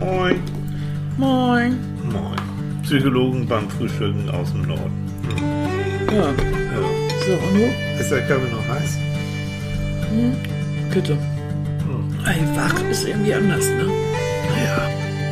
Moin. Moin. Moin. Psychologen beim Frühstücken aus dem Norden. Ja. Ja. So, und du? Ist der Kaffee noch heiß? Bitte. Ey, wach ist irgendwie anders, ne? Ja.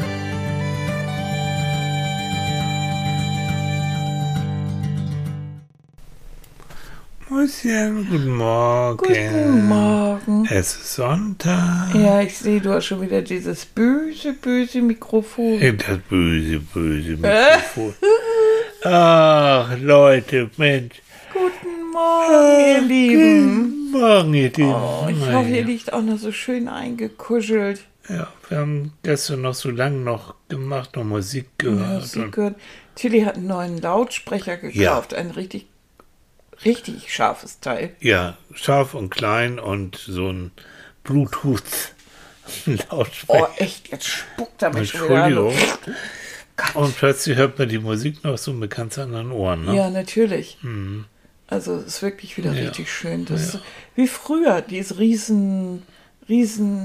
Mäuschen, guten Morgen. Guten Morgen. Es ist Sonntag. Ja, ich sehe, du hast schon wieder dieses böse Mikrofon. Das böse Mikrofon. Ach, Leute, Mensch. Guten Morgen, ihr Lieben. Guten Morgen, ihr Lieben. Oh, ich hoffe, ihr liegt auch noch so schön eingekuschelt. Ja, wir haben gestern noch so lange noch gemacht, noch Musik gehört. Musik gehört. Tilly hat einen neuen Lautsprecher gekauft, ein richtig scharfes Teil. Ja, scharf und klein und so ein Bluetooth-Lautsprecher. Oh, echt, jetzt spuckt er mich schon wieder an. Entschuldigung. Und plötzlich hört man die Musik noch so mit ganz anderen Ohren, ne? Ja, natürlich. Also es ist wirklich wieder richtig schön. Das ist Ja. wie früher, diese riesen, wie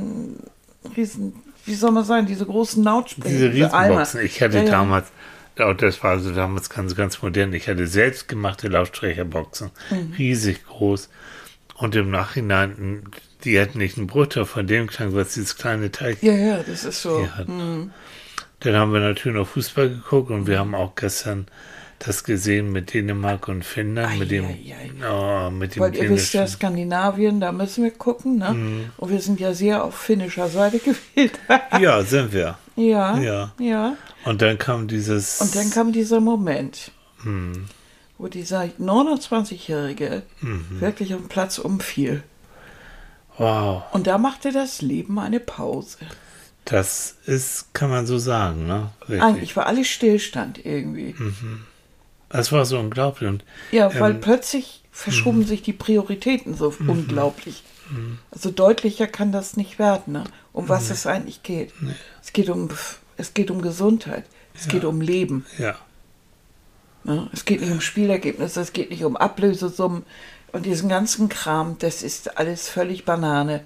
soll man sagen, diese großen Lautsprecher. Diese Eimer. Riesenboxen. Ich hatte damals, das war so damals ganz modern, ich hatte selbstgemachte Lautsprecherboxen, riesig groß. Und im Nachhinein, die hatten nicht einen Bruchteil von dem Klang, was dieses kleine Teil Ja, das ist so. hier hat. Dann haben wir natürlich noch Fußball geguckt und wir haben auch gestern das gesehen mit Dänemark und Finnland, mit dem Weil ihr wisst ja, Skandinavien, da müssen wir gucken, ne? Und wir sind ja sehr auf finnischer Seite gewählt. Ja, sind wir. Ja. Und dann kam dieses... Und dann kam dieser Moment, wo dieser 29-Jährige wirklich auf den Platz umfiel. Wow. Und da machte das Leben eine Pause. Das ist, kann man so sagen, ne? Richtig. Eigentlich war alles Stillstand irgendwie. Das war so unglaublich. Und, Ja, weil plötzlich verschoben sich die Prioritäten so unglaublich. Also deutlicher kann das nicht werden, ne? Um was es eigentlich geht. Es geht um Gesundheit. Es geht um Leben. ja. Ne? Es geht nicht um Spielergebnisse, es geht nicht um Ablösesummen und diesen ganzen Kram, das ist alles völlig Banane.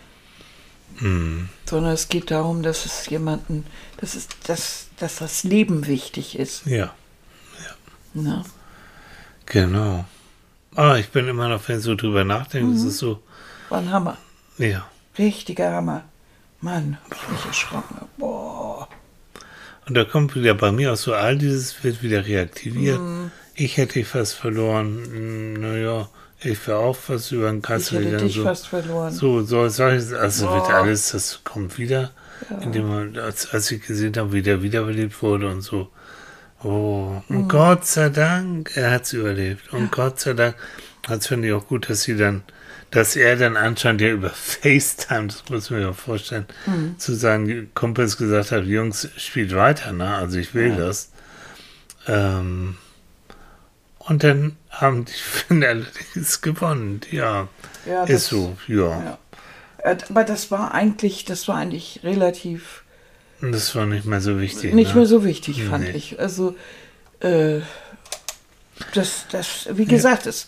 Sondern es geht darum, dass es dass das Leben wichtig ist. Ja, Ne? genau. Ich bin immer noch, wenn ich so drüber nachdenke, das ist so, War ein Hammer. ja. Richtiger Hammer. Mann, hab ich mich erschrocken. Boah. Und da kommt wieder bei mir auch so, all dieses wird wieder reaktiviert. Ich hätte fast verloren, naja, ich wäre auch fast über den Ich Kassel hätte gegangen. dich fast verloren. Solches, also wird alles, das kommt wieder, indem man, als ich gesehen habe, wie der wiederbelebt wurde und so. Oh, und Gott sei Dank, er hat es überlebt. Und Gott sei Dank, das finde ich auch gut, dass er dann anscheinend ja über FaceTime, das muss man sich ja vorstellen, zu seinen Kumpels gesagt hat, Jungs, spielt weiter, ne? Also ich will das. Und dann haben die Finnen allerdings gewonnen. Ja, Ja, ist so, ja. Ja. Aber das war eigentlich relativ Das war nicht mehr so wichtig. nicht ne? mehr so wichtig, fand Nee. ich. Also, wie gesagt, es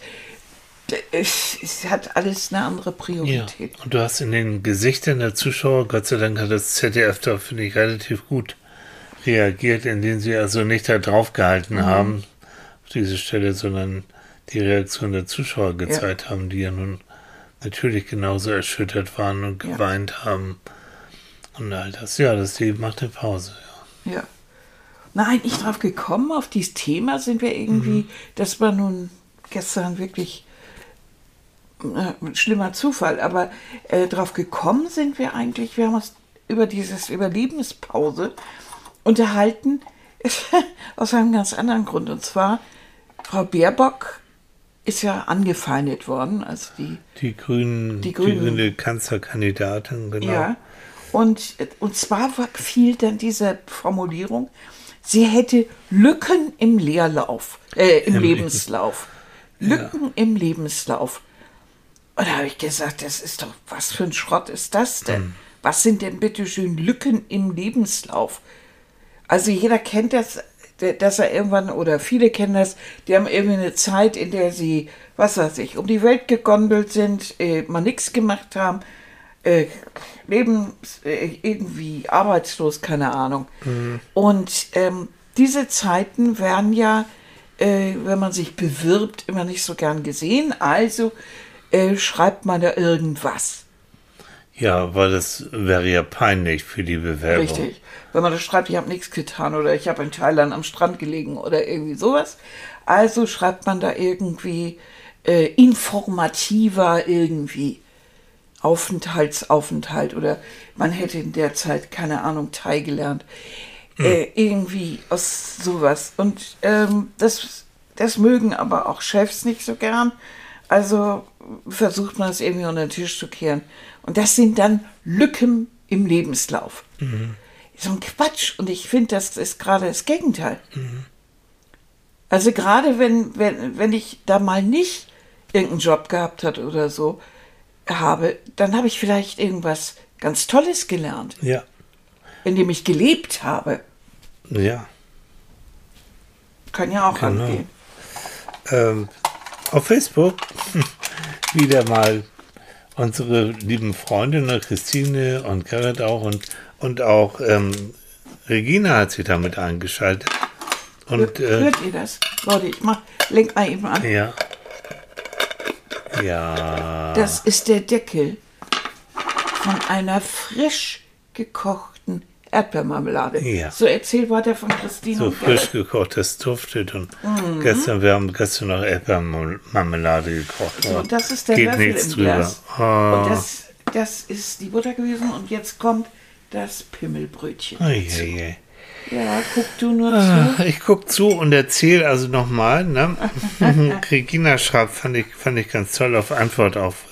hat alles eine andere Ja, Priorität. und du hast in den Gesichtern der Zuschauer, Gott sei Dank hat das ZDF da, finde ich, relativ gut reagiert, indem sie also nicht da drauf gehalten haben, auf diese Stelle, sondern die Reaktion der Zuschauer gezeigt haben, die ja nun natürlich genauso erschüttert waren und geweint haben. Und all das, das Leben macht eine Pause, Ja. Nein, nicht drauf gekommen, auf dieses Thema sind wir irgendwie, das war nun gestern wirklich ein schlimmer Zufall, aber drauf gekommen sind wir eigentlich, wir haben uns über dieses Überlebenspause unterhalten, aus einem ganz anderen Grund. Und zwar, Frau Baerbock ist ja angefeindet worden, also Die grüne Kanzlerkandidatin, genau. Ja, und zwar fiel dann diese Formulierung, sie hätte Lücken im Lebenslauf. Lücken im Lebenslauf. Und da habe ich gesagt, das ist doch, was für ein Schrott ist das denn? Was sind denn bitte schön Lücken im Lebenslauf? Also jeder kennt das, dass er irgendwann, oder viele kennen das, die haben irgendwie eine Zeit, in der sie, was weiß ich, um die Welt gegondelt sind, mal nichts gemacht haben, irgendwie arbeitslos, keine Ahnung. Und diese Zeiten werden ja, wenn man sich bewirbt, immer nicht so gern gesehen. Also schreibt man da irgendwas. Ja, weil das wäre ja peinlich für die Bewerbung. Richtig. Wenn man das schreibt, ich habe nichts getan oder ich habe in Thailand am Strand gelegen oder irgendwie sowas. Also schreibt man da irgendwie informativer irgendwie Aufenthalt oder man hätte in der Zeit, keine Ahnung, Thai gelernt. Irgendwie aus sowas. Und das mögen aber auch Chefs nicht so gern. Also versucht man es irgendwie unter den Tisch zu kehren. Und das sind dann Lücken im Lebenslauf. So ein Quatsch. Und ich finde, das ist gerade das Gegenteil. Also gerade wenn ich da mal nicht irgendeinen Job gehabt oder so habe, dann habe ich vielleicht irgendwas ganz Tolles gelernt. Ja. In dem ich gelebt habe. Ja. Kann ja auch angehen. Auf Facebook wieder mal unsere lieben Freundinnen Christine und Gerrit auch und auch Regina hat sich damit eingeschaltet. Und, hört ihr das? Leute, lenk mal eben an. Ja. Ja. Das ist der Deckel von einer frisch gekochten Erdbeermarmelade. Ja. So erzähl weiter von Christine. So und frisch gekocht, das duftet. Und wir haben gestern noch Erdbeermarmelade gekocht. So, das ist der Geht Löffel nichts im drüber. Glas. Oh. Und das ist die Butter gewesen und jetzt kommt das Pimmelbrötchen. Ei. Ja, guck du nur zu. Ich guck zu und erzähle also nochmal. Ne? Regina schreibt, fand ich ganz toll auf Antwort auf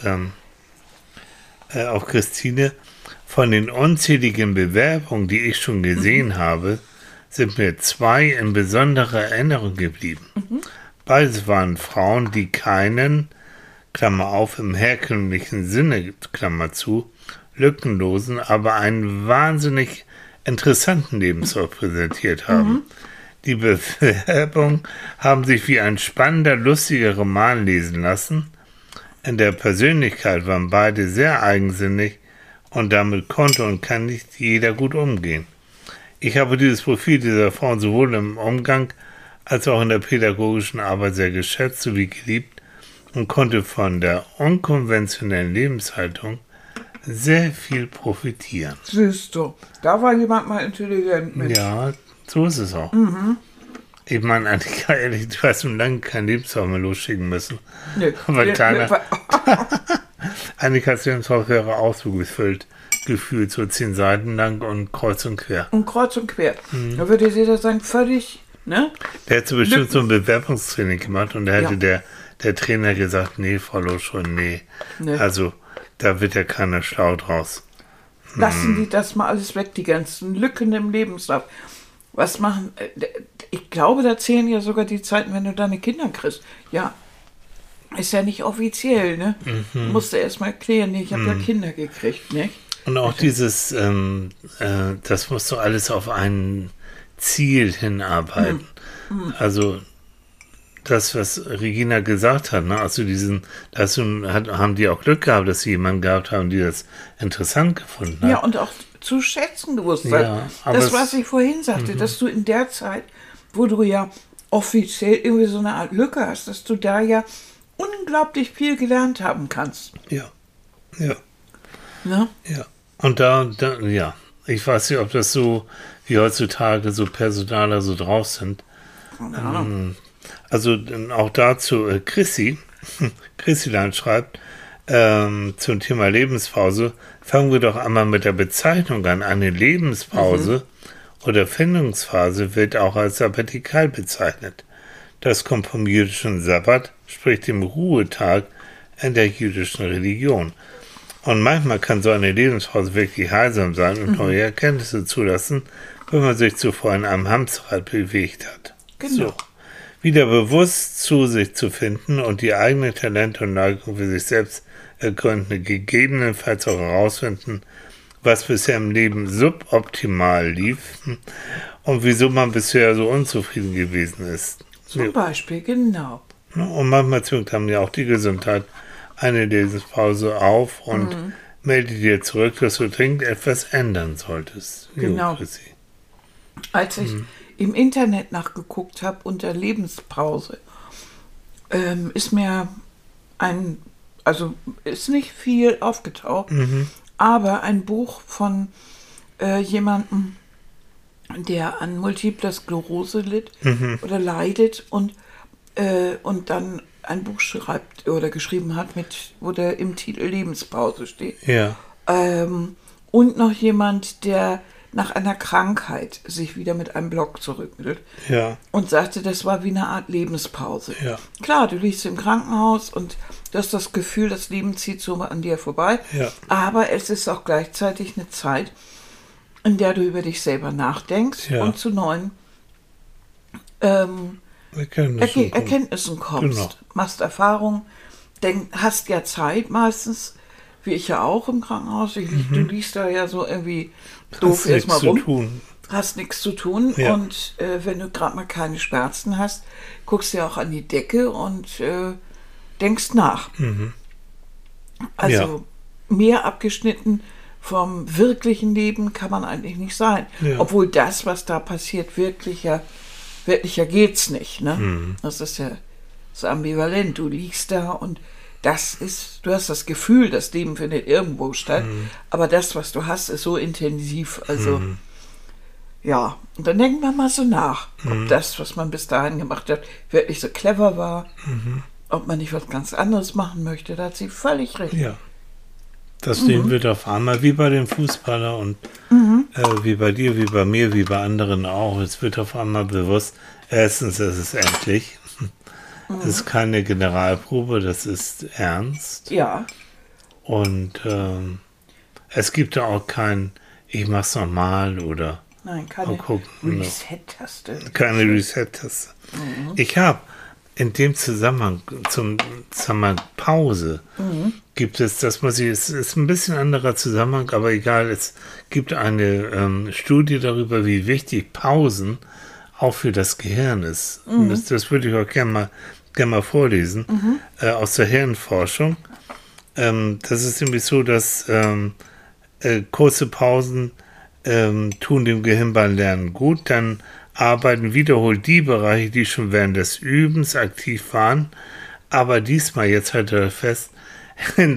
Christine. Von den unzähligen Bewerbungen, die ich schon gesehen habe, sind mir 2 in besonderer Erinnerung geblieben. Beides waren Frauen, die keinen, Klammer auf, im herkömmlichen Sinne, Klammer zu, lückenlosen, aber einen wahnsinnig interessanten Lebenslauf präsentiert haben. Die Bewerbung haben sich wie ein spannender, lustiger Roman lesen lassen. In der Persönlichkeit waren beide sehr eigensinnig und damit konnte und kann nicht jeder gut umgehen. Ich habe dieses Profil dieser Frauen sowohl im Umgang als auch in der pädagogischen Arbeit sehr geschätzt sowie geliebt und konnte von der unkonventionellen Lebenshaltung sehr viel profitieren. Siehst du, da war jemand mal intelligent mit. Ja, so ist es auch. Ich meine, Annika, ehrlich, du hast schon lange kein Lebenslauf mehr losschicken müssen. Nee. Aber Annikas Lebenslauf wäre auch so gefühlt so 10 Seiten lang und kreuz und quer. Und kreuz und quer. Da würde jeder sagen, völlig, ne? Der hätte bestimmt so ein Bewerbungstraining gemacht und da hätte der Trainer gesagt, nee, Frau Loschon, nee. Also, da wird ja keiner schlau draus. Lassen die das mal alles weg, die ganzen Lücken im Lebenslauf. Was machen, ich glaube, da zählen ja sogar die Zeiten, wenn du deine Kinder kriegst. Ja, ist ja nicht offiziell, ne? Musst du erst mal klären, nee, ich habe ja Kinder gekriegt, ne? Und auch dieses, das musst du alles auf ein Ziel hinarbeiten. Also das, was Regina gesagt hat, ne? Also haben die auch Glück gehabt, dass sie jemanden gehabt haben, die das interessant gefunden hat. Ja, und auch zu schätzen gewusst Ja, hat. Das, was ich vorhin sagte, dass du in der Zeit, wo du ja offiziell irgendwie so eine Art Lücke hast, dass du da ja unglaublich viel gelernt haben kannst. Ja. Ne? Ja. Und ja, ich weiß nicht, ob das so wie heutzutage so Personaler so drauf sind. Keine Ahnung. Also auch dazu Chrissy dann schreibt zum Thema Lebenspause, fangen wir doch einmal mit der Bezeichnung an. Eine Lebenspause oder Findungsphase wird auch als Sabbatikal bezeichnet. Das kommt vom jüdischen Sabbat, sprich dem Ruhetag in der jüdischen Religion. Und manchmal kann so eine Lebenspause wirklich heilsam sein und neue Erkenntnisse zulassen, wenn man sich zuvor in einem Hamsterrad bewegt hat. Genau. So. Wieder bewusst zu sich zu finden und die eigenen Talente und Neigungen für sich selbst ergründen, gegebenenfalls auch herausfinden, was bisher im Leben suboptimal lief und wieso man bisher so unzufrieden gewesen ist. Zum Beispiel, genau. Und manchmal zwingt einem ja auch die Gesundheit eine Lebenspause auf und melde dir zurück, dass du dringend etwas ändern solltest. Genau. Chrissy. Als ich im Internet nachgeguckt habe unter Lebenspause, ist mir ist nicht viel aufgetaucht, aber ein Buch von jemandem, der an Multipler Sklerose litt oder leidet und dann ein Buch schreibt oder geschrieben hat, wo der im Titel Lebenspause steht. Ja. Und noch jemand, der nach einer Krankheit sich wieder mit einem Blog zurückmeldet. Ja. Und sagte, das war wie eine Art Lebenspause. Ja. Klar, du liegst im Krankenhaus und du hast das Gefühl, das Leben zieht so an dir vorbei. Ja. Aber es ist auch gleichzeitig eine Zeit, in der du über dich selber nachdenkst und zu neuen Erkenntnissen kommst. Genau. Machst Erfahrungen, hast ja Zeit meistens, wie ich ja auch im Krankenhaus. Du liegst da ja so irgendwie doof erstmal rum. Hast nichts zu tun. Ja. Und wenn du gerade mal keine Schmerzen hast, guckst du ja auch an die Decke und denkst nach. Also mehr abgeschnitten vom wirklichen Leben kann man eigentlich nicht sein. Ja. Obwohl das, was da passiert, wirklicher geht's nicht. Ne? Das ist ja so ambivalent. Du liegst da und du hast das Gefühl, das Leben findet irgendwo statt, aber das, was du hast, ist so intensiv. Also, ja, und dann denken wir mal so nach, ob das, was man bis dahin gemacht hat, wirklich so clever war, ob man nicht was ganz anderes machen möchte. Da hat sie völlig recht. Ja. Das Leben wird auf einmal wie bei dem Fußballer und wie bei dir, wie bei mir, wie bei anderen auch. Es wird auf einmal bewusst, erstens, es ist endlich. Es ist keine Generalprobe, das ist ernst. Ja. Und es gibt da auch kein, ich mach's nochmal oder Nein, keine Reset-Taste. Keine Reset-Taste. Ich habe in dem Zusammenhang, zum Zusammenhang Pause, gibt es, es ist ein bisschen anderer Zusammenhang, aber egal, es gibt eine Studie darüber, wie wichtig Pausen auch für das Gehirn ist. Und das würde ich auch gerne mal vorlesen, aus der Hirnforschung. Das ist nämlich so, dass kurze Pausen tun dem Gehirn beim Lernen gut, dann arbeiten wiederholt die Bereiche, die schon während des Übens aktiv waren, aber diesmal, jetzt hält er fest, in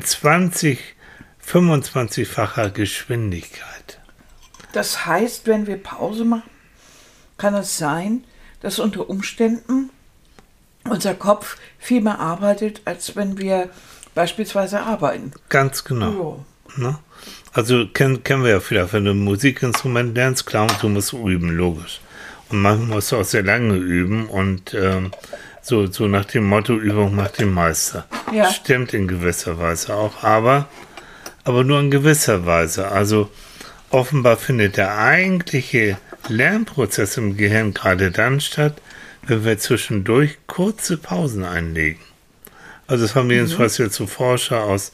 25-facher Geschwindigkeit. Das heißt, wenn wir Pause machen, kann es sein, dass unter Umständen unser Kopf viel mehr arbeitet, als wenn wir beispielsweise arbeiten. Ganz genau. Ne? Also kennen wir ja vielleicht, wenn du ein Musikinstrument lernst, klar, du musst üben, logisch. Und manchmal musst du auch sehr lange üben und so nach dem Motto, Übung macht den Meister. Ja. Stimmt in gewisser Weise auch, aber nur in gewisser Weise. Also offenbar findet der eigentliche Lernprozess im Gehirn gerade dann statt, wenn wir zwischendurch kurze Pausen einlegen. Also das haben jedenfalls jetzt so Forscher aus,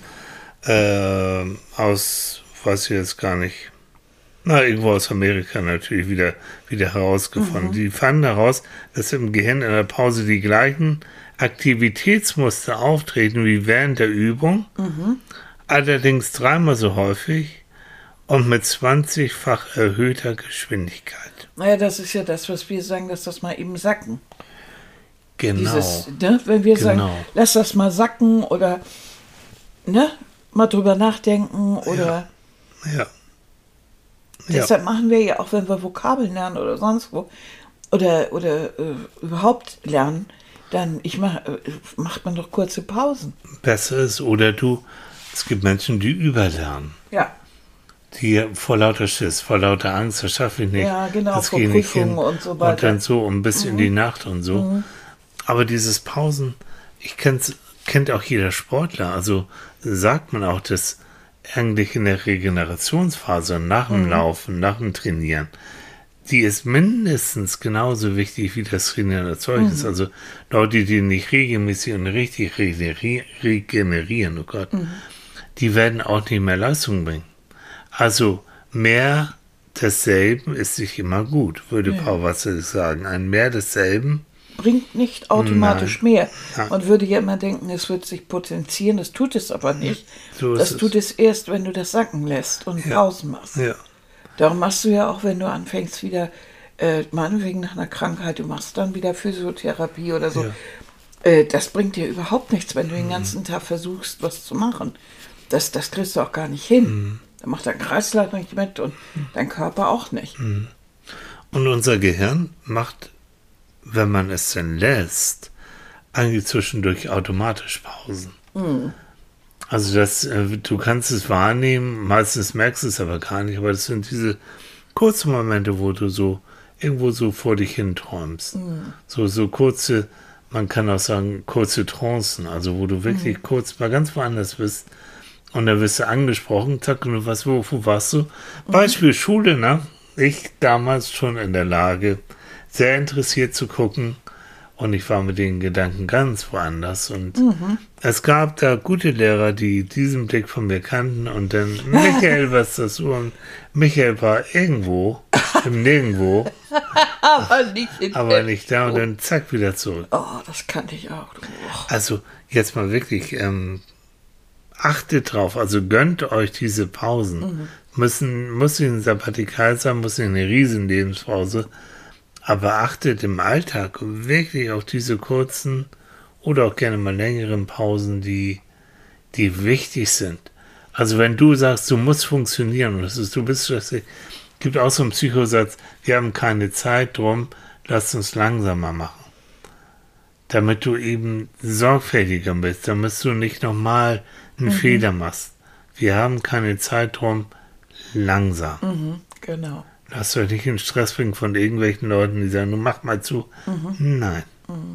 weiß ich jetzt gar nicht, irgendwo aus Amerika natürlich wieder herausgefunden. Die fanden heraus, dass im Gehirn in der Pause die gleichen Aktivitätsmuster auftreten wie während der Übung, allerdings 3-mal so häufig und mit 20-fach erhöhter Geschwindigkeit. Naja, das ist ja das, was wir sagen, dass das mal eben sacken. Genau. Wenn wir sagen, lass das mal sacken oder mal drüber nachdenken oder... Ja. Deshalb machen wir ja auch, wenn wir Vokabeln lernen oder sonst wo oder überhaupt lernen, dann macht man doch kurze Pausen. Besser ist, es gibt Menschen, die überlernen. Ja. Die vor lauter Schiss, vor lauter Angst, das schaffe ich nicht. Ja, genau, das vor Prüfungen und so weiter. Und dann so ein bisschen in die Nacht und so. Aber dieses Pausen, kennt auch jeder Sportler, also sagt man auch, dass eigentlich in der Regenerationsphase, nach dem Laufen, nach dem Trainieren, die ist mindestens genauso wichtig wie das Trainieren als solches. Also Leute, die nicht regelmäßig und richtig regenerieren, oh Gott, die werden auch nicht mehr Leistung bringen. Also mehr desselben ist nicht immer gut, würde Paul Watzlawick sagen. Ein mehr desselben bringt nicht automatisch mehr. Nein. Man würde ja immer denken, es wird sich potenzieren, das tut es aber nicht. So ist das es. tut es erst, wenn du das sacken lässt und Pausen machst. Ja. Darum machst du ja auch, wenn du anfängst wieder, meinetwegen nach einer Krankheit, du machst dann wieder Physiotherapie oder so. Das bringt dir überhaupt nichts, wenn du den ganzen Tag versuchst, was zu machen. Das kriegst du auch gar nicht hin. Da macht dein Kreislauf nicht mit und dein Körper auch nicht. Und unser Gehirn macht, wenn man es denn lässt, eigentlich zwischendurch automatisch Pausen. Also du kannst es wahrnehmen, meistens merkst du es aber gar nicht, aber das sind diese kurzen Momente, wo du so irgendwo so vor dich hin träumst. So kurze, man kann auch sagen, kurze Trancen, also wo du wirklich kurz mal ganz woanders bist und dann wirst du angesprochen, zack, und du weißt, wo warst du? Beispiel Schule, ne? Ich damals schon in der Lage, sehr interessiert zu gucken und ich war mit den Gedanken ganz woanders und es gab da gute Lehrer, die diesen Blick von mir kannten und dann Michael, was ist das? Und Michael war irgendwo, im Nirgendwo, aber nicht da und dann zack, wieder zurück. Oh, das kannte ich auch. Also jetzt mal wirklich, achtet drauf, also gönnt euch diese Pausen. Muss ein Sabbatikal sein, muss eine riesen Lebenspause, aber achtet im Alltag wirklich auf diese kurzen oder auch gerne mal längeren Pausen, die wichtig sind. Also wenn du sagst, du musst funktionieren, gibt auch so einen Psychosatz, wir haben keine Zeit drum, lass uns langsamer machen. Damit du eben sorgfältiger bist, damit du nicht nochmal einen Fehler machst. Wir haben keine Zeit drum, langsam. Genau. Lasst euch nicht in Stress bringen von irgendwelchen Leuten, die sagen, du mach mal zu. Nein.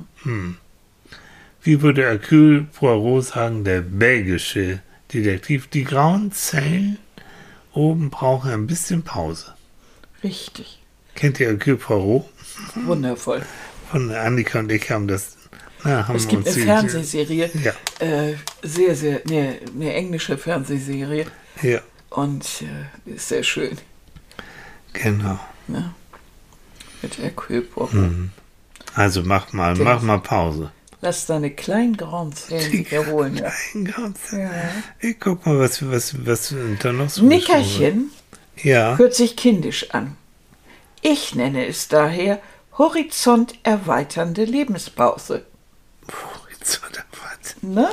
Wie würde Hercule Poirot sagen, der belgische Detektiv, die grauen Zellen oben brauchen ein bisschen Pause. Richtig. Kennt ihr Hercule Poirot? Wundervoll. Von Annika und ich haben das. Es gibt eine Fernsehserie, Ja. sehr, sehr, eine englische Fernsehserie. Ja. Und ist sehr schön. Genau. Ja. Mit Hercule Poirot. Also mach mal Pause. Lass deine kleinen grauen Zellen sich erholen. Ja. Ich guck mal, was da noch so Nickerchen ja. hört sich kindisch an. Ich nenne es daher horizonterweiternde Lebenspause. Ne?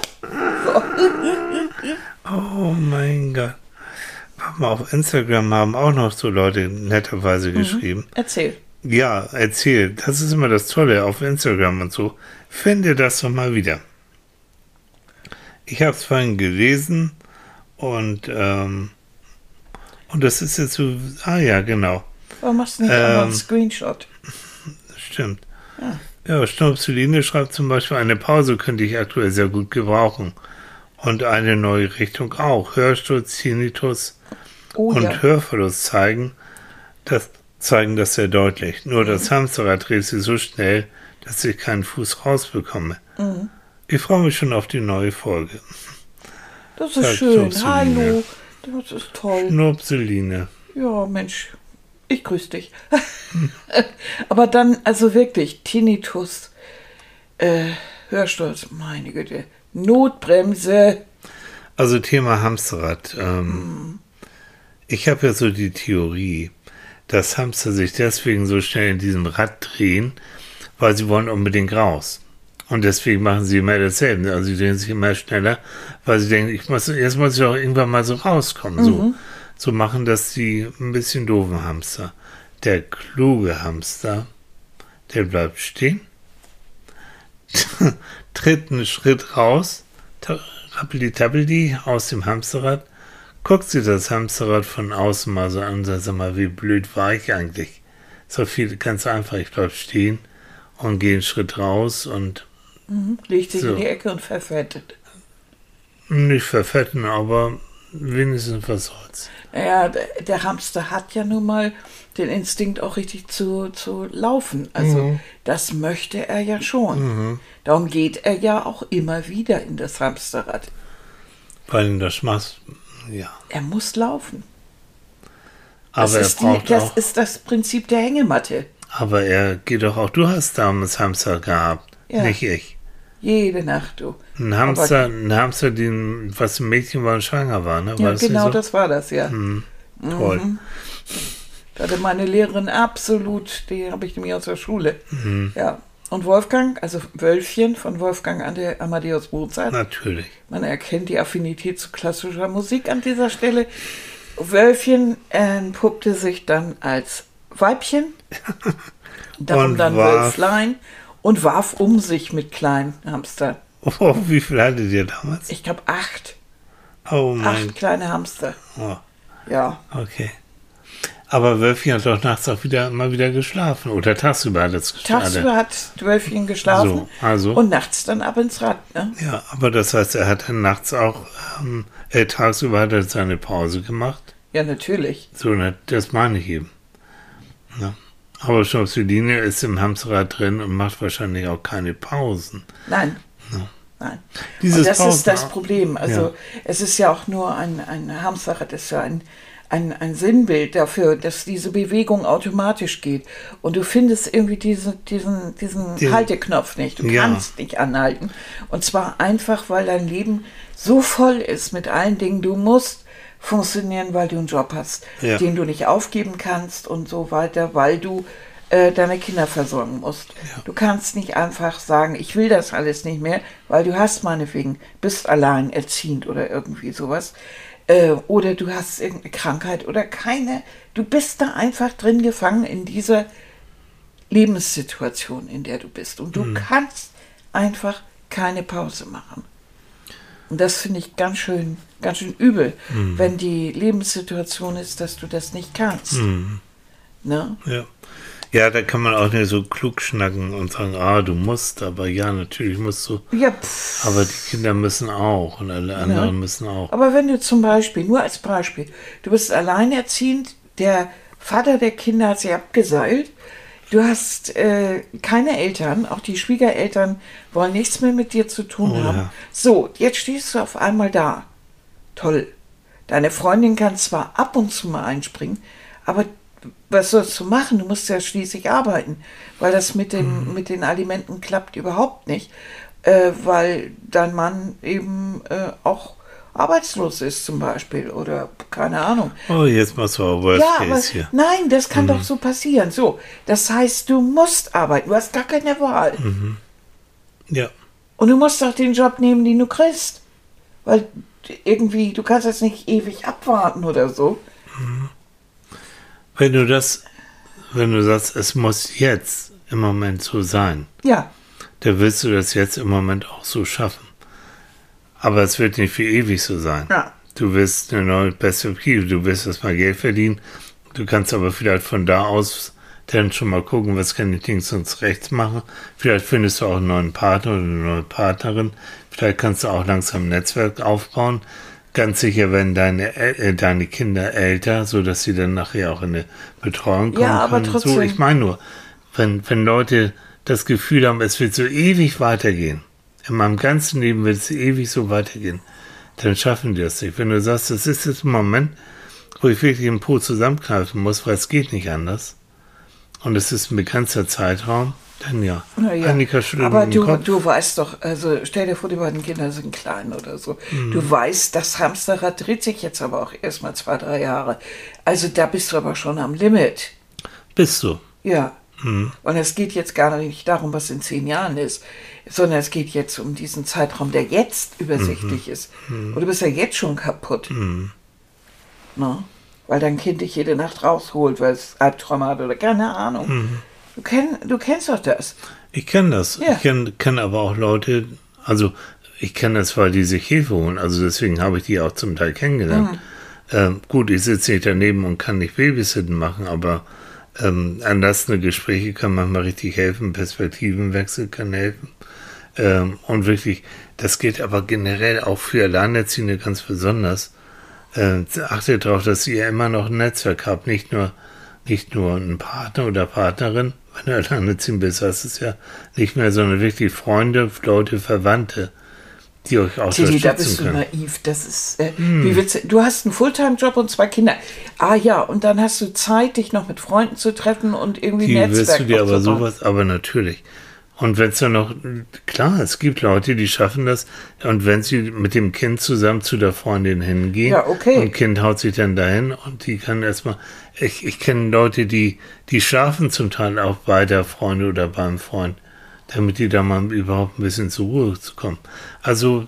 Oh mein Gott. Auf Instagram haben auch noch so Leute netterweise geschrieben. Erzähl. Ja, erzähl. Das ist immer das Tolle auf Instagram und so. Finde das doch mal wieder. Ich habe es vorhin gelesen und das ist jetzt so, ja, genau. Warum machst du nicht auch mal einen Screenshot? Stimmt. Ja, Schnupseline schreibt zum Beispiel, eine Pause könnte ich aktuell sehr gut gebrauchen. Und eine neue Richtung auch. Hörsturz, Tinnitus und Hörverlust zeigen das sehr deutlich. Nur das Hamsterrad dreht sich so schnell, dass ich keinen Fuß rausbekomme. Ich freue mich schon auf die neue Folge. Das ist schön. Hallo. Das ist toll. Schnupseline. Ja, Mensch. Ich grüße dich. Aber dann, also wirklich, Tinnitus, Hörsturz, meine Güte, Notbremse. Also Thema Hamsterrad. Ich habe ja so die Theorie, dass Hamster sich deswegen so schnell in diesem Rad drehen, weil sie wollen unbedingt raus. Und deswegen machen sie immer dasselbe. Also sie drehen sich immer schneller, weil sie denken, jetzt muss ich auch irgendwann mal so rauskommen. So machen das die ein bisschen doofen Hamster. Der kluge Hamster, der bleibt stehen, tritt einen Schritt raus, rappeli-tappeli aus dem Hamsterrad, guckt sich das Hamsterrad von außen mal so an und sagt, sag mal, wie blöd war ich eigentlich? So viel, ganz einfach, ich bleib stehen und gehe einen Schritt raus und legt sich in die Ecke und verfettet. Nicht verfetten, aber wenigstens was soll's. Naja, der Hamster hat ja nun mal den Instinkt, auch richtig zu laufen. Also das möchte er ja schon. Darum geht er ja auch immer wieder in das Hamsterrad. Weil ihm das macht, ja. Er muss laufen. Aber Das ist das Prinzip der Hängematte. Aber er geht doch auch, du hast damals Hamster gehabt, nicht ich. Jede Nacht, du. Ein Hamster, was ein Mädchen war und schwanger war, ne? Ja, war genau, so? das war das, ja. Toll. Da hatte meine Lehrerin absolut, die habe ich nämlich aus der Schule. Ja. Und Wolfgang, also Wölfchen von Wolfgang Amadeus Mozart. Natürlich. Man erkennt die Affinität zu klassischer Musik an dieser Stelle. Wölfchen entpuppte sich dann als Weibchen, darum dann Wölflein und warf um sich mit kleinen Hamstern. Oh, wie viel hattet ihr damals? Ich glaube 8. Oh mein 8 kleine Hamster. Oh. Ja. Okay. Aber Wölfchen hat doch nachts auch immer wieder geschlafen. Oder tagsüber hat es geschlafen. Tagsüber hat Wölfchen geschlafen und nachts dann ab ins Rad. Ne? Ja, aber das heißt, er hat dann nachts auch, tagsüber hat er seine Pause gemacht. Ja, natürlich. So, das meine ich eben. Ja. Aber Schnapsudine ist im Hamsterrad drin und macht wahrscheinlich auch keine Pausen. Nein. Ja. Nein. Dieses und das Pausen ist das Problem. Also es ist ja auch nur ein Hamsterrad, ist ja ein Sinnbild dafür, dass diese Bewegung automatisch geht. Und du findest irgendwie diesen Halteknopf nicht. Du kannst nicht anhalten. Und zwar einfach, weil dein Leben so voll ist mit allen Dingen. Du musst funktionieren, weil du einen Job hast, den du nicht aufgeben kannst und so weiter, weil du deine Kinder versorgen musst. Ja. Du kannst nicht einfach sagen, ich will das alles nicht mehr, weil du hast meinetwegen, bist alleinerziehend oder irgendwie sowas. Oder du hast irgendeine Krankheit oder keine. Du bist da einfach drin gefangen in dieser Lebenssituation, in der du bist. Und du kannst einfach keine Pause machen. Und das finde ich ganz schön übel, wenn die Lebenssituation ist, dass du das nicht kannst. Ne? Ja. Ja, da kann man auch nicht so klug schnacken und sagen, du musst, aber ja, natürlich musst du. Ja, aber die Kinder müssen auch und alle anderen müssen auch. Aber wenn du zum Beispiel, nur als Beispiel, du bist alleinerziehend, der Vater der Kinder hat sich abgeseilt, du hast keine Eltern, auch die Schwiegereltern wollen nichts mehr mit dir zu tun haben. Ja. So, jetzt stehst du auf einmal da. Toll. Deine Freundin kann zwar ab und zu mal einspringen, aber was sollst du machen? Du musst ja schließlich arbeiten, weil das mit den Alimenten klappt überhaupt nicht, weil dein Mann eben auch arbeitslos ist zum Beispiel oder keine Ahnung. Oh, jetzt machst du auch Worst Case hier. Nein, das kann doch so passieren. So, das heißt, du musst arbeiten, du hast gar keine Wahl. Ja. Und du musst auch den Job nehmen, den du kriegst, weil irgendwie, du kannst jetzt nicht ewig abwarten oder so. Wenn du sagst, es muss jetzt im Moment so sein, dann willst du das jetzt im Moment auch so schaffen. Aber es wird nicht für ewig so sein. Ja. Du willst eine neue Perspektive, du willst erstmal Geld verdienen, du kannst aber vielleicht von da aus dann schon mal gucken, was kann ich links und rechts machen. Vielleicht findest du auch einen neuen Partner oder eine neue Partnerin, vielleicht kannst du auch langsam ein Netzwerk aufbauen. Ganz sicher werden deine Kinder älter, sodass sie dann nachher auch in eine Betreuung kommen aber können. trotzdem. So, ich meine nur, wenn Leute das Gefühl haben, es wird so ewig weitergehen, in meinem ganzen Leben wird es ewig so weitergehen, dann schaffen die das nicht. Wenn du sagst, das ist jetzt ein Moment, wo ich wirklich den Po zusammenkneifen muss, weil es geht nicht anders, und es ist ein begrenzter Zeitraum, dann ja. Annika schüttelt aber du weißt doch, also stell dir vor, die beiden Kinder sind klein oder so. Du weißt, das Hamsterrad dreht sich jetzt aber auch erstmal 2-3 Jahre. Also da bist du aber schon am Limit. Bist du? Ja. Und es geht jetzt gar nicht darum, was in 10 Jahren ist, sondern es geht jetzt um diesen Zeitraum, der jetzt übersichtlich ist. Und du bist ja jetzt schon kaputt. Na? Weil dein Kind dich jede Nacht rausholt, weil es Albträume hat oder keine Ahnung. Du kennst doch das. Ich kenne das. Ja. Ich kenne aber auch Leute, also ich kenne das, weil die sich Hilfe holen. Also deswegen habe ich die auch zum Teil kennengelernt. Gut, ich sitze nicht daneben und kann nicht Babysitten machen, aber anlassende Gespräche kann manchmal richtig helfen, Perspektivenwechsel kann helfen. Und wirklich, das gilt aber generell auch für Alleinerziehende ganz besonders. Achtet darauf, dass ihr immer noch ein Netzwerk habt, nicht nur einen Partner oder Partnerin, wenn du alleinerziehend bist, hast du es ja nicht mehr, sondern wirklich Freunde, Leute, Verwandte, die euch auch Tilly, da unterstützen bist du können. naiv. Das ist, wie willst du hast einen Fulltime-Job und 2 Kinder. Ah ja, und dann hast du Zeit, dich noch mit Freunden zu treffen und irgendwie Die Netzwerk wirst du dir aber aufzubauen. sowas, aber natürlich. Und wenn es dann noch, klar, es gibt Leute, die schaffen das, und wenn sie mit dem Kind zusammen zu der Freundin hingehen, Ja, okay. und Kind haut sich dann dahin und die kann erstmal, ich kenne Leute, die schlafen zum Teil auch bei der Freundin oder beim Freund, damit die da mal überhaupt ein bisschen zur Ruhe zu kommen. Also,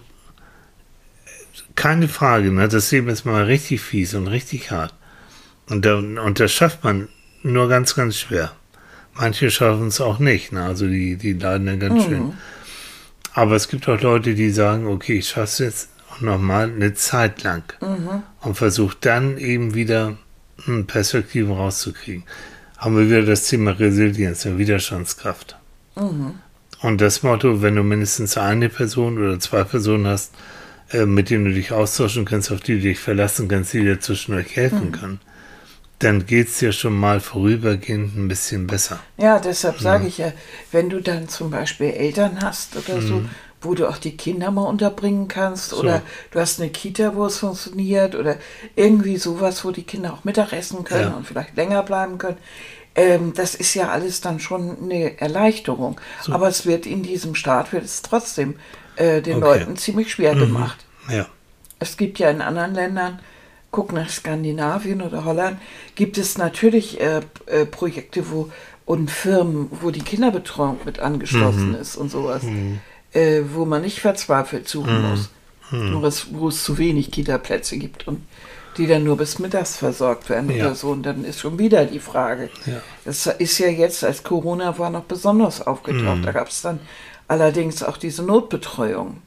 keine Frage, ne? Das Leben ist mal richtig fies und richtig hart. Und das schafft man nur ganz, ganz schwer. Manche schaffen es auch nicht, ne? Also die leiden dann ganz schön. Aber es gibt auch Leute, die sagen, okay, ich schaffe es jetzt nochmal eine Zeit lang und versuche dann eben wieder Perspektiven rauszukriegen. Haben wir wieder das Thema Resilienz, Widerstandskraft. Und das Motto, wenn du mindestens eine Person oder 2 Personen hast, mit denen du dich austauschen kannst, auf die du dich verlassen kannst, die dir zwischendurch helfen können, dann geht es dir schon mal vorübergehend ein bisschen besser. Ja, deshalb sage ich ja, wenn du dann zum Beispiel Eltern hast oder so, wo du auch die Kinder mal unterbringen kannst oder du hast eine Kita, wo es funktioniert oder irgendwie sowas, wo die Kinder auch Mittagessen können und vielleicht länger bleiben können. Das ist ja alles dann schon eine Erleichterung. So. Aber es wird in diesem Staat trotzdem den Leuten ziemlich schwer gemacht. Ja. Es gibt ja in anderen Ländern, guck nach Skandinavien oder Holland, gibt es natürlich Projekte und Firmen, wo die Kinderbetreuung mit angeschlossen ist und sowas, wo man nicht verzweifelt suchen muss, nur wo es zu wenig Kita-Plätze gibt und die dann nur bis mittags versorgt werden oder so. Und dann ist schon wieder die Frage. Ja. Das ist ja jetzt, als Corona war, noch besonders aufgetaucht. Da gab es dann allerdings auch diese Notbetreuung.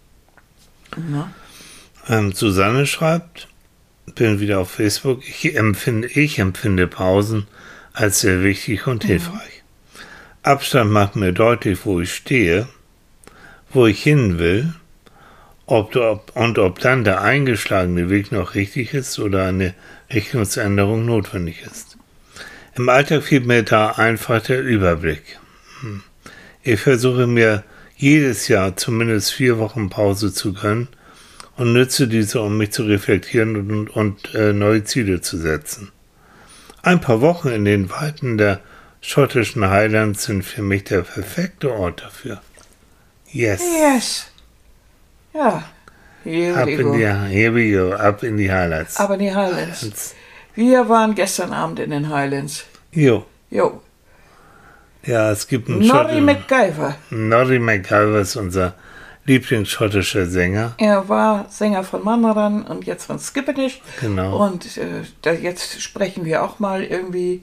Susanne schreibt, bin wieder auf Facebook, ich empfinde Pausen als sehr wichtig und hilfreich. Abstand macht mir deutlich, wo ich stehe, wo ich hin will, ob dann der eingeschlagene Weg noch richtig ist oder eine Richtungsänderung notwendig ist. Im Alltag fehlt mir da einfach der Überblick. Ich versuche mir jedes Jahr zumindest 4 Wochen Pause zu gönnen und nütze diese, um mich zu reflektieren und neue Ziele zu setzen. Ein paar Wochen in den Weiten der schottischen Highlands sind für mich der perfekte Ort dafür. Yes. Yes. Ja. Here we go, up in die Highlands. Ab in die Highlands. Wir waren gestern Abend in den Highlands. Jo. Jo. Ja, es gibt einen Noddy MacGyver. Noddy MacGyver ist unser Lieblingsschottischer Sänger. Er war Sänger von Mandaran und jetzt von Skippenish. Genau. Und jetzt sprechen wir auch mal irgendwie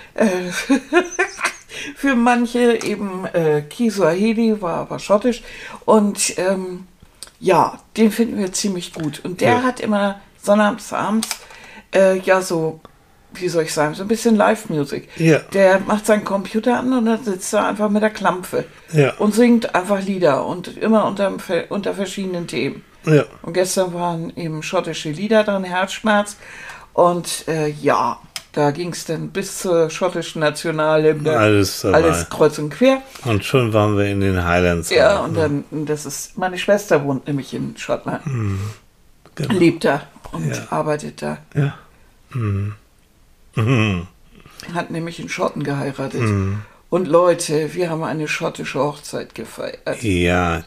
für manche eben Kiswahili war schottisch. Und ja, den finden wir ziemlich gut. Und der hat immer sonnabends so, wie soll ich sagen, so ein bisschen Live-Music. Ja. Der macht seinen Computer an und dann sitzt er einfach mit der Klampfe und singt einfach Lieder und immer unter verschiedenen Themen. Ja. Und gestern waren eben schottische Lieder drin, Herzschmerz. Und da ging es dann bis zur schottischen Nationalhymne. Alles kreuz und quer. Und schon waren wir in den Highlands. Ja, und dann, meine Schwester wohnt nämlich in Schottland. Genau. Lebt da und arbeitet da. Ja. Hat nämlich einen Schotten geheiratet. Und Leute, wir haben eine schottische Hochzeit gefeiert. Ja.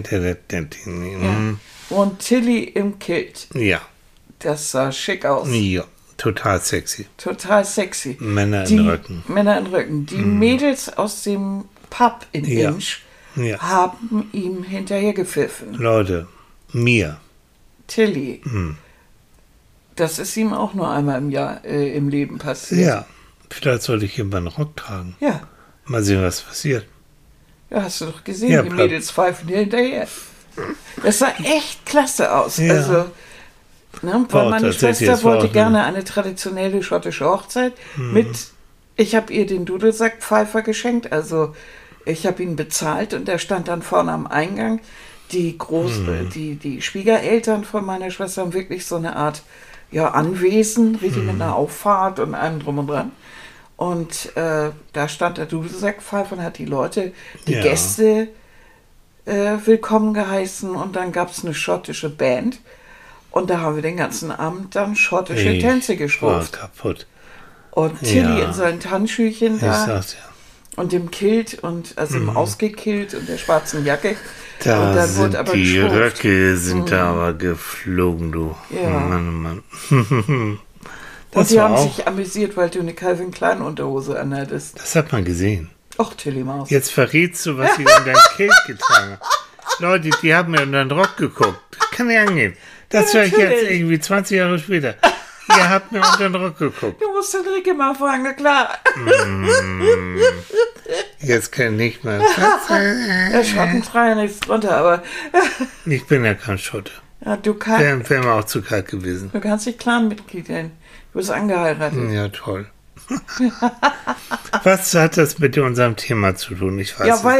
Und Tilly im Kilt. Ja. Das sah schick aus. Ja, total sexy. Total sexy. Männer in Röcken. Die Mädels aus dem Pub in Inch haben ihm hinterher gepfiffen. Leute, mir. Tilly. Das ist ihm auch nur einmal im Jahr im Leben passiert. Ja, vielleicht sollte ich ihm einen Rock tragen. Ja. Mal sehen, was passiert. Ja, hast du doch gesehen, die Mädels pfeifen dir hinterher. Das sah echt klasse aus. Ja. Also, weil meine Schwester wollte gerne eine traditionelle schottische Hochzeit ich habe ihr den Dudelsackpfeifer geschenkt, also ich habe ihn bezahlt und der stand dann vorne am Eingang. Die Schwiegereltern von meiner Schwester haben wirklich so eine Art Anwesen, richtig mit einer Auffahrt und allem drum und dran. Und da stand der Dudelsackpfeifer und hat die Leute, die Gäste willkommen geheißen und dann gab es eine schottische Band und da haben wir den ganzen Abend dann schottische Tänze war geschrubbt. kaputt. Und Tilly Ja. in seinen Tanzschüchen Ich da sag's ja. und dem Kilt und also im Ausgekilt und der schwarzen Jacke. Da und dann sind wurde aber die geschrubbt. Röcke sind da aber geflogen, du. Ja. Mann, oh Mann. Das Und die war haben auch, sich amüsiert, weil du eine Calvin Klein Unterhose anhattest. das hat man gesehen. Och, Tilly Maus. Jetzt verrätst du, was ich in deinem Kilt getragen habe. Leute, die haben mir unter den Rock geguckt. Das kann nicht angehen. Das Ja, höre ich jetzt natürlich. irgendwie 20 Jahre später. Ihr habt mir unter den Rock geguckt. Du musst den Rick mal fragen, na klar. Jetzt kann ich nicht mehr. Der Schottenfreier nichts drunter, aber Ich bin ja kein Schotte. ja, du Wäre mir auch zu kalt gewesen. kannst dich Clan-Mitglied sein. Du bist angeheiratet. Ja, toll. Was hat das mit unserem Thema zu tun? Ich weiß Ja, es.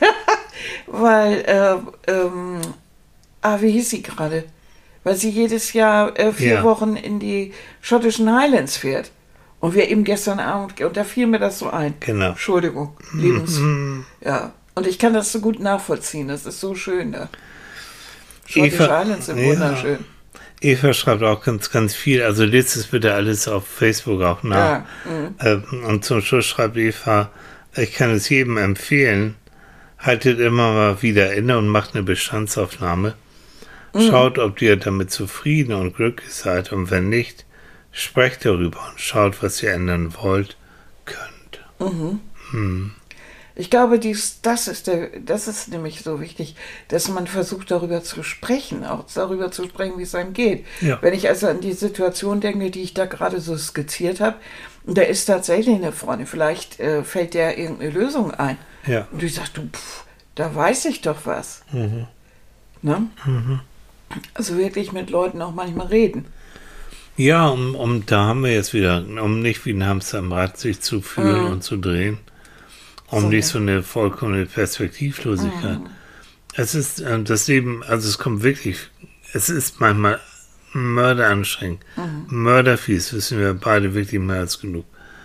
weil, wie hieß sie gerade? Weil sie jedes Jahr 4 Ja. Wochen in die schottischen Highlands fährt. Und wir eben gestern Abend, und da fiel mir das so ein. Genau. Entschuldigung, ja. Und ich kann das so gut nachvollziehen. Das ist so schön da. Schottische Eva- Highlands sind ja. wunderschön. Eva schreibt auch ganz, ganz viel. Also lest es bitte alles auf Facebook auch nach. Ja, Und zum Schluss schreibt Eva, ich kann es jedem empfehlen, haltet immer mal wieder inne und macht eine Bestandsaufnahme. Schaut, ob ihr damit zufrieden und glücklich seid und wenn nicht, sprecht darüber und schaut, was ihr ändern wollt, könnt. Ich glaube, das ist nämlich so wichtig, dass man versucht, darüber zu sprechen, auch darüber zu sprechen, wie es einem geht. Ja. Wenn ich also an die Situation denke, die ich da gerade so skizziert habe, und da ist tatsächlich eine Freundin, vielleicht fällt der irgendeine Lösung ein. Ja. Und du sagst, da weiß ich doch was. Ne? Also wirklich mit Leuten auch manchmal reden. Ja, da haben wir jetzt wieder, um nicht wie ein Hamster am Rad sich zu fühlen und zu drehen, nicht so eine vollkommene Perspektivlosigkeit. Es ist das Leben, also es kommt wirklich, es ist manchmal mörderanstrengend. Mörderfies, wissen wir beide wirklich mehr als genug.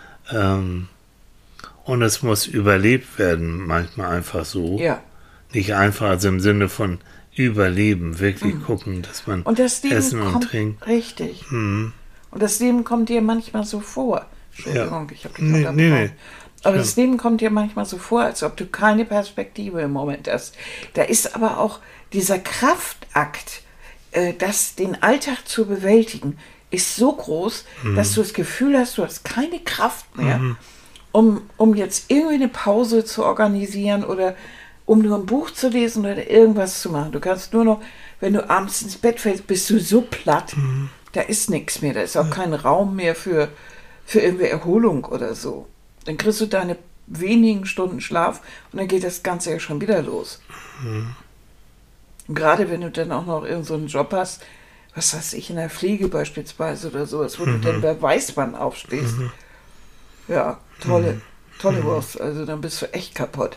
Und es muss überlebt werden, manchmal einfach so. Ja. Nicht einfach, also im Sinne von Überleben, wirklich gucken, dass man Und das Leben essen und kommt, trinken. richtig. Und das Leben kommt dir manchmal so vor. Entschuldigung, ich habe dich unterbrochen. Nee. Aber das Leben kommt dir manchmal so vor, als ob du keine Perspektive im Moment hast. Da ist aber auch dieser Kraftakt, den Alltag zu bewältigen, ist so groß, dass du das Gefühl hast, du hast keine Kraft mehr, um jetzt irgendwie eine Pause zu organisieren oder um nur ein Buch zu lesen oder irgendwas zu machen. Du kannst nur noch, wenn du abends ins Bett fällst, bist du so platt, da ist nichts mehr, da ist auch kein Raum mehr für irgendwie Erholung oder so. Dann kriegst du deine wenigen Stunden Schlaf und dann geht das Ganze ja schon wieder los. Und gerade wenn du dann auch noch irgend so einen Job hast, was weiß ich, in der Pflege beispielsweise oder sowas, wo du dann bei Weißband aufstehst. Ja, tolle Wurst. Also dann bist du echt kaputt.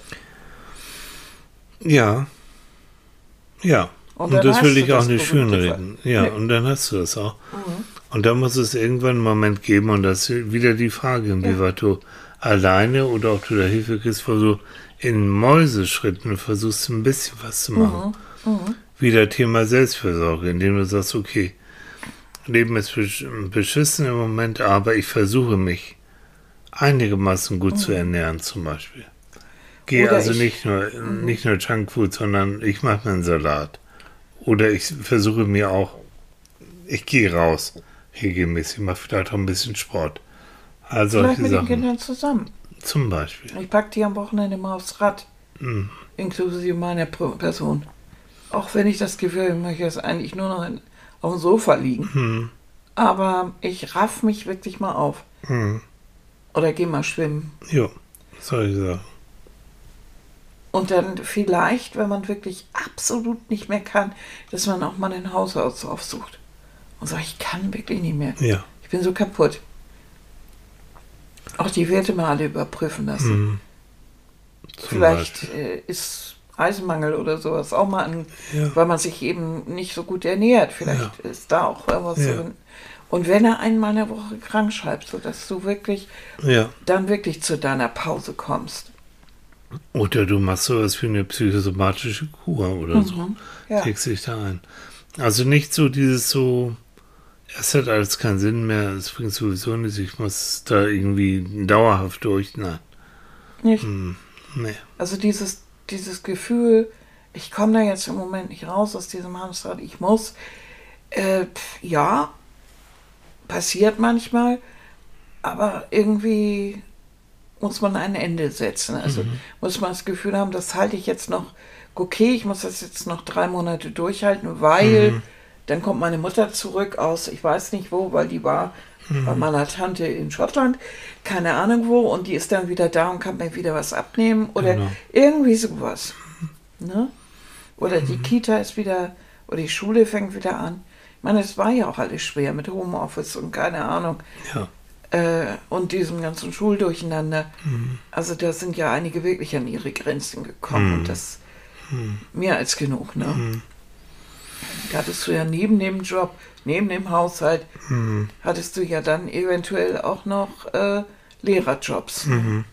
Ja. Und dann das hast will du ich auch das nicht berühmte schönreden. Ja, Nee. und dann hast du das auch. Und dann muss es irgendwann einen Moment geben und das ist wieder die Frage, inwieweit du alleine oder ob du da Hilfe kriegst, wo du in Mäuseschritten versuchst, ein bisschen was zu machen. Wieder Thema Selbstfürsorge, indem du sagst, okay, Leben ist beschissen im Moment, aber ich versuche mich einigermaßen gut zu ernähren zum Beispiel. Gehe Oder also ich- nicht nur Junkfood, sondern ich mache mir einen Salat. Oder ich versuche mir auch, ich gehe raus, regelmäßig, mache vielleicht auch ein bisschen Sport. Also Vielleicht solche mit den Sachen. Kindern zusammen. Zum Beispiel. Ich packe die am Wochenende mal aufs Rad. Inklusive meiner Person. Auch wenn ich das Gefühl habe, ich möchte jetzt eigentlich nur noch auf dem Sofa liegen. Aber ich raff mich wirklich mal auf. Oder gehe mal schwimmen. Jo, solche Sachen. Und dann vielleicht, wenn man wirklich absolut nicht mehr kann, dass man auch mal ein Hausarzt aufsucht. Und sagt, ich kann wirklich nicht mehr. Ja. Ich bin so kaputt. Auch die Werte mal alle überprüfen lassen. Zum Vielleicht Beispiel. ist Eisenmangel oder sowas auch mal an, Ja. weil man sich eben nicht so gut ernährt. Vielleicht ist da auch irgendwas Ja. drin. Und wenn er einmal in der Woche krank schreibt, sodass du wirklich Ja. dann wirklich zu deiner Pause kommst. Oder du machst sowas wie eine psychosomatische Kur oder so. Ja. Kriegst dich da ein. Also nicht so dieses so, es hat alles keinen Sinn mehr, es bringt sowieso nichts, ich muss da irgendwie dauerhaft durch. Nein. Nicht? Nee. Also dieses Gefühl, ich komme da jetzt im Moment nicht raus aus diesem Hamsterrad, ich muss, ja, passiert manchmal, aber irgendwie muss man ein Ende setzen. Also muss man das Gefühl haben, das halte ich jetzt noch, okay, ich muss das jetzt noch 3 Monate durchhalten, weil dann kommt meine Mutter zurück aus, ich weiß nicht wo, weil die war bei meiner Tante in Schottland, keine Ahnung wo, und die ist dann wieder da und kann mir wieder was abnehmen oder irgendwie sowas. Ne? Oder die Kita ist wieder, oder die Schule fängt wieder an. Ich meine, es war ja auch alles schwer mit Homeoffice und keine Ahnung. Ja. Und diesem ganzen Schuldurcheinander. Also da sind ja einige wirklich an ihre Grenzen gekommen und das mehr als genug. Ne? Da hattest du ja neben dem Job, neben dem Haushalt, hattest du ja dann eventuell auch noch Lehrerjobs.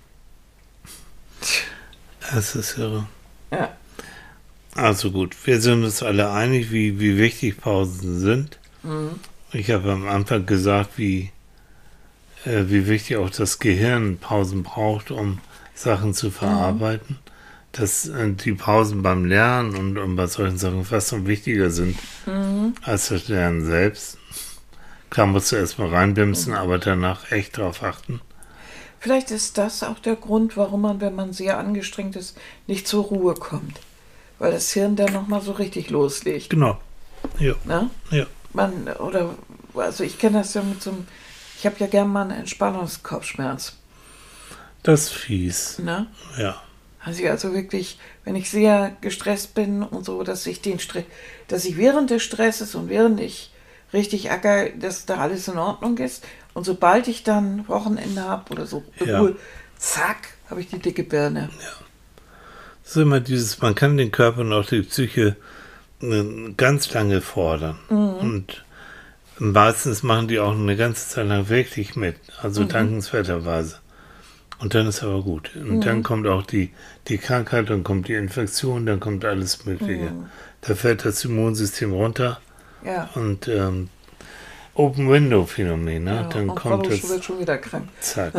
Das ist irre. Ja. Also gut, wir sind uns alle einig, wie wichtig Pausen sind. Ich habe am Anfang gesagt, wie wichtig auch das Gehirn Pausen braucht, um Sachen zu verarbeiten. Dass die Pausen beim Lernen und bei solchen Sachen fast noch wichtiger sind als das Lernen selbst. Klar musst du erstmal reinbimsen, aber danach echt drauf achten. Vielleicht ist das auch der Grund, warum man, wenn man sehr angestrengt ist, nicht zur Ruhe kommt. Weil das Hirn dann nochmal so richtig loslegt. Genau. Ja. Ne? Ja. Also ich kenne das ja mit so einem, ich habe ja gern mal einen Entspannungskopfschmerz. Das ist fies. Ne? Ja. Also wirklich, wenn ich sehr gestresst bin und so, dass ich während des Stresses und während ich richtig acker, dass da alles in Ordnung ist. Und sobald ich dann Wochenende habe oder so, Ruhe, zack, habe ich die dicke Birne. Ja. Das ist immer man kann den Körper und auch die Psyche ganz lange fordern. Und meistens machen die auch eine ganze Zeit lang wirklich mit, also dankenswerterweise. Und dann ist aber gut. Und dann kommt auch die Krankheit, dann kommt die Infektion, dann kommt alles Mögliche. Da fällt das Immunsystem runter. Ja. Und Open-Window-Phänomen, ne? Ja, Dann und kommt Frau das. wird schon wieder krank. Zack.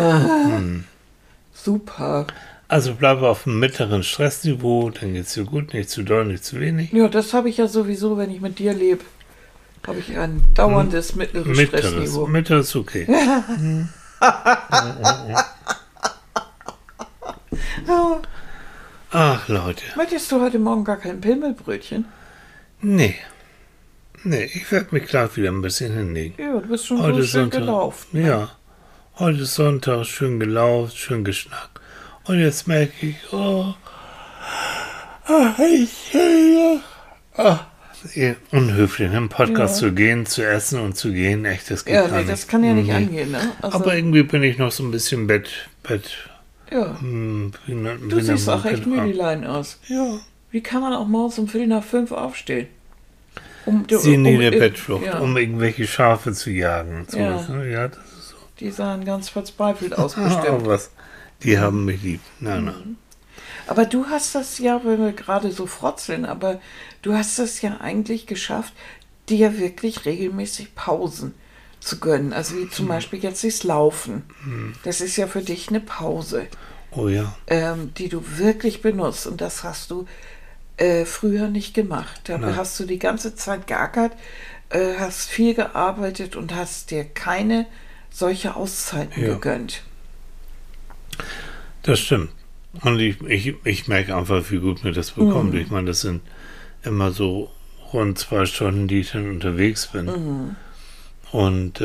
Super. Also bleibe auf dem mittleren Stressniveau, dann geht's dir gut, nicht zu doll, nicht zu wenig. Ja, das habe ich ja sowieso, wenn ich mit dir lebe. Habe ich ein dauerndes mittleres Stressniveau. Mittleres okay. Ach, Leute. Möchtest du heute Morgen gar kein Pimmelbrötchen? Nee, ich werde mich gleich wieder ein bisschen hinlegen. Ja, du bist schon Heute so schön Sonntag. gelaufen. Ja, heute ist Sonntag, schön gelaufen, schön geschnackt. Und jetzt merke ich, unhöflich, im Podcast zu gehen, zu essen und zu gehen, echt, das geht Ja, gar nee, nicht. das kann ja nicht angehen, ne? Also, Aber irgendwie bin ich noch so ein bisschen Bett. ja. Du siehst auch echt müdelein aus. Ja. Wie kann man auch morgens um 4:45 aufstehen? Senile Bettflucht, ja. um irgendwelche Schafe zu jagen. Und so. Ja. Ja, das ist so. Die sahen ganz verzweifelt aus, bestimmt. Was? Die haben mich lieb. Nein. Aber du hast das ja, wenn wir gerade so frotzeln, aber du hast es ja eigentlich geschafft, dir wirklich regelmäßig Pausen zu gönnen. Also wie zum Beispiel jetzt das Laufen. Das ist ja für dich eine Pause, Oh ja. die du wirklich benutzt. Und das hast du früher nicht gemacht. Da hast du die ganze Zeit geackert, hast viel gearbeitet und hast dir keine solche Auszeiten gegönnt. Das stimmt. Und ich merke einfach, wie gut mir das bekommt. Ich meine, das sind immer so rund 2 Stunden, die ich dann unterwegs bin. Und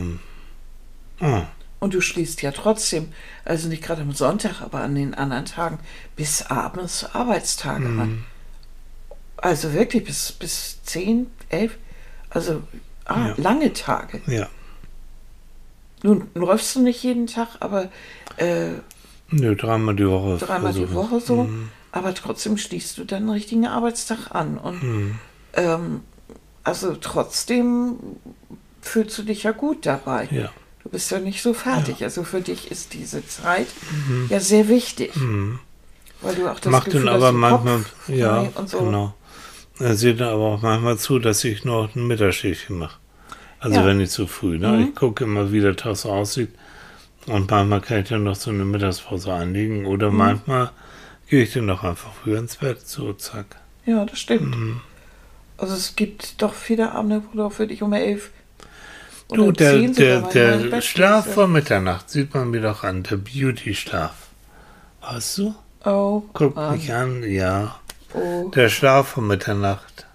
Und du schließt ja trotzdem, also nicht gerade am Sonntag, aber an den anderen Tagen, bis abends Arbeitstage an. Also wirklich bis 10, 11, also lange Tage. ja. Nun läufst du nicht jeden Tag, aber Nö, 3-mal die Woche. dreimal die Woche so, aber trotzdem schließt du dann einen richtigen Arbeitstag an. Und also trotzdem fühlst du dich ja gut dabei. Ja. Du bist ja nicht so fertig. Also für dich ist diese Zeit ja sehr wichtig. Weil du auch das Macht Gefühl dann aber hast, im manchmal, Kopf ja, frei und so. genau. Er sieht dann aber auch manchmal zu, dass ich noch ein Mittagsschläfchen mache. Also Ja. wenn nicht zu früh. Ne? Ich gucke immer, wie der Tag so aussieht. Und manchmal kann ich dann noch so eine Mittagspause einlegen. Oder manchmal gehe ich dann noch einfach früher ins Bett. So, zack. Ja, das stimmt. Also es gibt doch viele Abende, wo du auch für dich um 11 Du, oder 10 sogar mal ins der Bett Schlaf gehst, vor Mitternacht sieht man mir doch an. Der Beauty-Schlaf. Weißt du? Oh, Guck Mann. mich an, ja. Oh. Der Schlaf vor Mitternacht.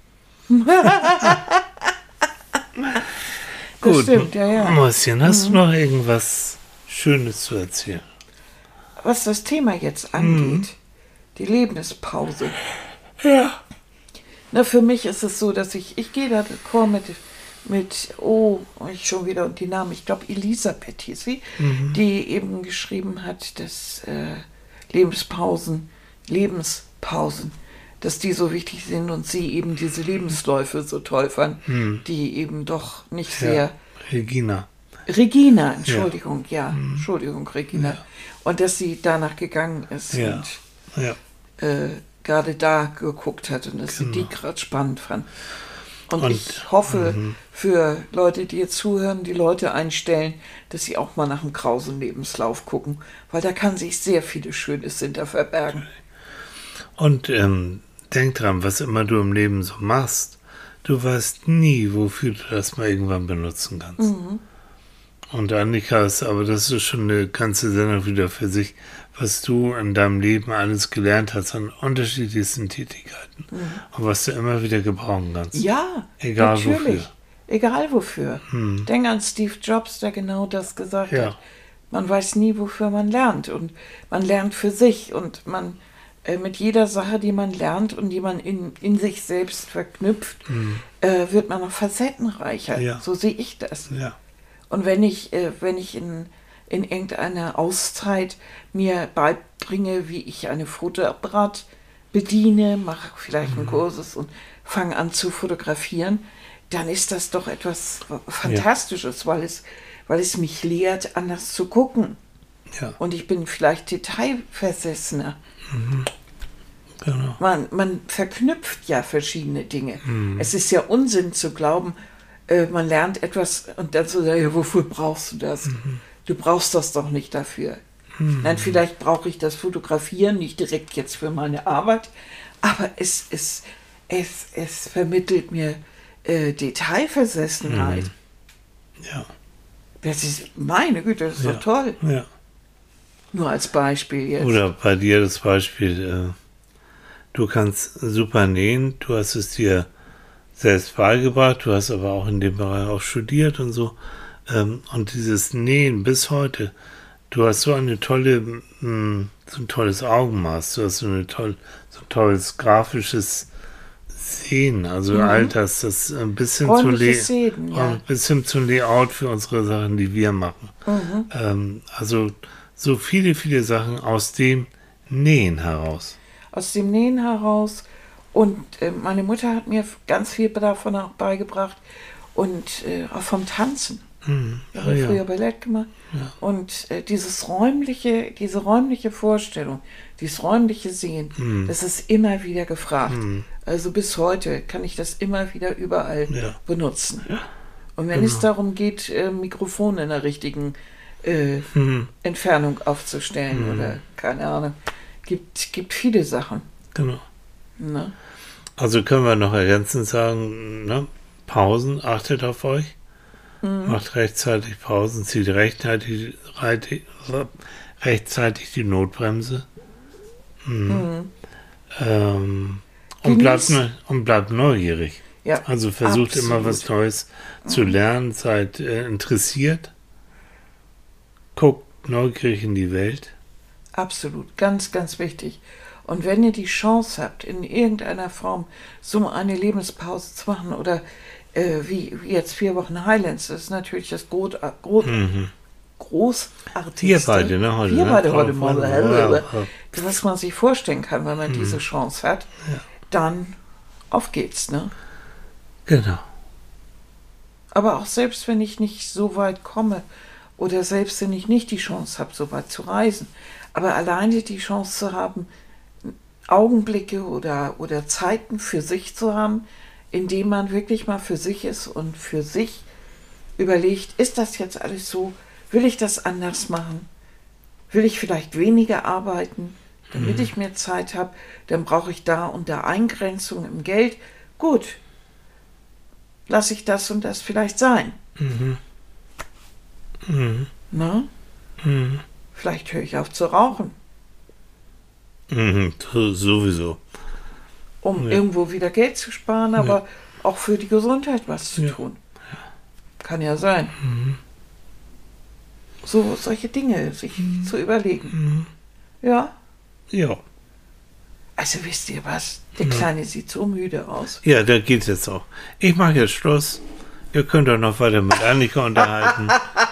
Das Gut, stimmt, ja. Mäuschen, hast du noch irgendwas Schönes zu erzählen? Was das Thema jetzt angeht, die Lebenspause. Ja. Na, für mich ist es so, dass ich gehe da d'accord mit, ich schon wieder und die Namen, ich glaube Elisabeth hieß sie, die eben geschrieben hat, dass Lebenspausen, dass die so wichtig sind und sie eben diese Lebensläufe so toll fand, die eben doch nicht sehr... Regina, Entschuldigung, Entschuldigung, Regina. Ja. Und dass sie danach gegangen ist Ja. und Ja. gerade da geguckt hat und dass sie die gerade spannend fand. Und ich hoffe für Leute, die jetzt zuhören, die Leute einstellen, dass sie auch mal nach dem Krausen Lebenslauf gucken, weil da kann sich sehr viele Schönes hinter verbergen. Und denk dran, was immer du im Leben so machst, du weißt nie, wofür du das mal irgendwann benutzen kannst. Und Annika aber das ist schon eine ganze Sendung wieder für sich, was du in deinem Leben alles gelernt hast an unterschiedlichsten Tätigkeiten und was du immer wieder gebrauchen kannst. Ja, Egal natürlich. wofür. Egal wofür. Denk an Steve Jobs, der genau das gesagt hat. Man weiß nie, wofür man lernt. Und man lernt für sich. Und man mit jeder Sache, die man lernt und die man in sich selbst verknüpft, wird man noch facettenreicher. Ja. So sehe ich das. Ja. Und wenn ich in irgendeiner Auszeit mir beibringe, wie ich eine Fotoapparat bediene, mache vielleicht einen Kursus und fange an zu fotografieren, dann ist das doch etwas Fantastisches, weil es mich lehrt, anders zu gucken. Ja. Und ich bin vielleicht detailversessener. Genau. Man verknüpft ja verschiedene Dinge. Es ist ja Unsinn zu glauben, man lernt etwas und dann so sagen, ja, wofür brauchst du das? Du brauchst das doch nicht dafür. Nein, vielleicht brauche ich das Fotografieren nicht direkt jetzt für meine Arbeit, aber es vermittelt mir Detailversessenheit. Ja. Das ist, meine Güte, das ist so toll. Ja. Nur als Beispiel jetzt. Oder bei dir das Beispiel, du kannst super nähen, du hast es dir selbst beigebracht, du hast aber auch in dem Bereich auch studiert und so. Und dieses Nähen bis heute, du hast so eine tolle, so ein tolles Augenmaß, du hast so ein tolles grafisches Sehen, also all das ein bisschen ein bisschen zum Layout für unsere Sachen, die wir machen. Also so viele, viele Sachen aus dem Nähen heraus. Aus dem Nähen heraus. Und meine Mutter hat mir ganz viel davon auch beigebracht und auch vom Tanzen. Ich habe früher Ballett gemacht. Ja. Und diese räumliche Vorstellung, dieses räumliche Sehen, das ist immer wieder gefragt. Also bis heute kann ich das immer wieder überall benutzen. Ja. Und wenn es darum geht, Mikrofone in der richtigen Entfernung aufzustellen oder keine Ahnung, gibt viele Sachen. Genau. Ne? Also können wir noch ergänzend sagen, ne? Pausen, achtet auf euch. Macht rechtzeitig Pausen, zieht rechtzeitig die Notbremse. Und bleibt neugierig. Ja, also versucht immer was Neues zu lernen, seid interessiert, guckt neugierig in die Welt. Absolut, ganz, ganz wichtig. Und wenn ihr die Chance habt, in irgendeiner Form so eine Lebenspause zu machen oder wie jetzt 4 Wochen Highlands, das ist natürlich das Großartigste. Wir beide, ne? Heute mal. Was man sich vorstellen kann, wenn man diese Chance hat, dann auf geht's, ne? Genau. Aber auch selbst wenn ich nicht so weit komme oder selbst wenn ich nicht die Chance habe, so weit zu reisen, aber alleine die Chance zu haben, Augenblicke oder Zeiten für sich zu haben, in denen man wirklich mal für sich ist und für sich überlegt, ist das jetzt alles so? Will ich das anders machen? Will ich vielleicht weniger arbeiten, damit ich mehr Zeit habe? Dann brauche ich da und da Eingrenzung im Geld. Gut, lasse ich das und das vielleicht sein. Na? Vielleicht höre ich auf zu rauchen. Sowieso. Um irgendwo wieder Geld zu sparen, aber auch für die Gesundheit was zu tun. Kann ja sein. So solche Dinge sich zu überlegen. Ja? Ja. Also wisst ihr was? Der Kleine sieht so müde aus. Ja, da geht's jetzt auch. Ich mache jetzt Schluss. Ihr könnt euch noch weiter mit Annika unterhalten.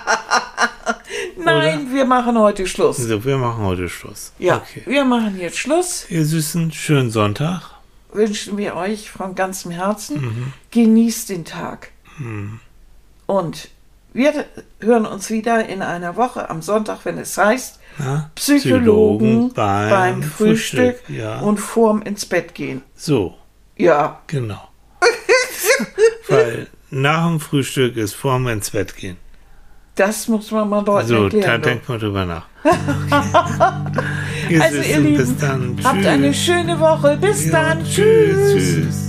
Nein, wir machen heute Schluss. So, wir machen heute Schluss. Ja, Okay. wir machen jetzt Schluss. Ihr Süßen, schönen Sonntag. Wünschen wir euch von ganzem Herzen. Genießt den Tag. Und wir hören uns wieder in einer Woche am Sonntag, wenn es heißt, Psychologen beim Frühstück ja. und vorm ins Bett gehen. So, Ja. genau. Weil nach dem Frühstück ist vorm ins Bett gehen. Das muss man mal Leuten So, da erklären. denkt man drüber nach. Also ihr Lieben, bis dann. habt Tschüss. eine schöne Woche. Bis Ja, dann. tschüss.